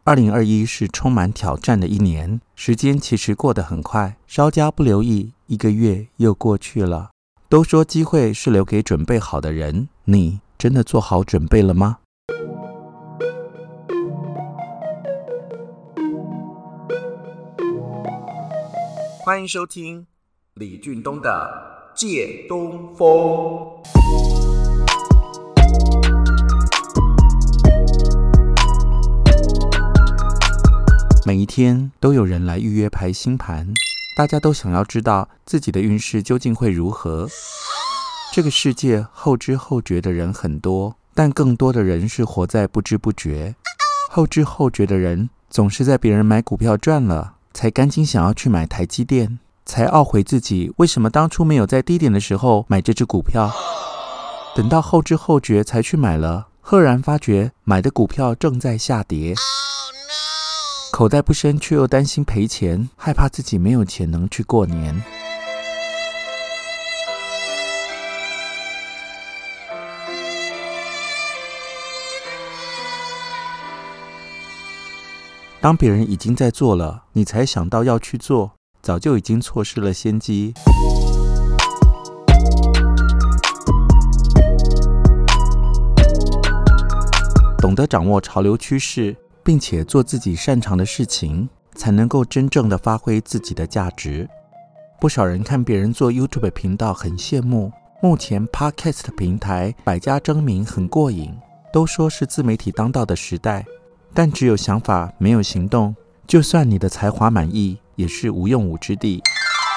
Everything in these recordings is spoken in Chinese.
2021是充满挑战的一年，时间其实过得很快，稍加不留意，1个月又过去了。都说机会是留给准备好的人，你真的做好准备了吗？欢迎收听李俊东的《借东风》。每一天都有人来预约排星盘，大家都想要知道自己的运势究竟会如何。这个世界后知后觉的人很多，但更多的人是活在不知不觉。后知后觉的人总是在别人买股票赚了，才赶紧想要去买台积电，才懊悔自己为什么当初没有在低点的时候买这只股票。等到后知后觉才去买了，赫然发觉买的股票正在下跌。口袋不深，却又担心赔钱，害怕自己没有钱能去过年。当别人已经在做了，你才想到要去做，早就已经错失了先机。懂得掌握潮流趋势，并且做自己擅长的事情，才能够真正的发挥自己的价值。不少人看别人做 YouTube 频道很羡慕，目前 Podcast 平台百家争鸣很过瘾，都说是自媒体当道的时代，但只有想法没有行动，就算你的才华满意，也是无用武之地。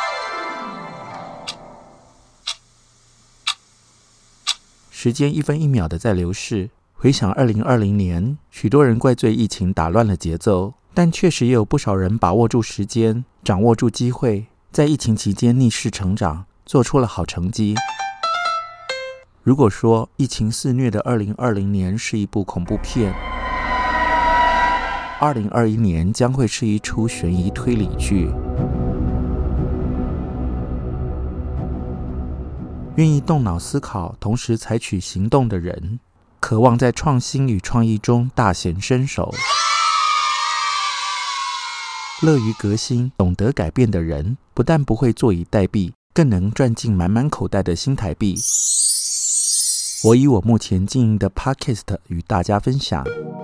时间1分1秒的在流逝，回想2020年，许多人怪罪疫情打乱了节奏，但确实也有不少人把握住时间，掌握住机会，在疫情期间逆势成长，做出了好成绩。如果说疫情肆虐的2020年是一部恐怖片，2021年将会是一出悬疑推理剧。愿意动脑思考，同时采取行动的人，渴望在创新与创意中大显身手。乐于革新、懂得改变的人，不但不会坐以待毙，更能赚进满满口袋的新台币。我以我目前经营的 Podcast 与大家分享。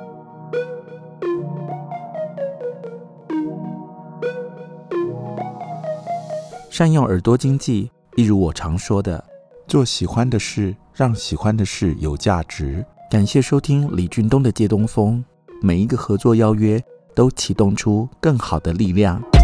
善用耳朵经济，一如我常说的，做喜欢的事，让喜欢的事有价值。感谢收听李俊东的借东风，每一个合作邀约都启动出更好的力量。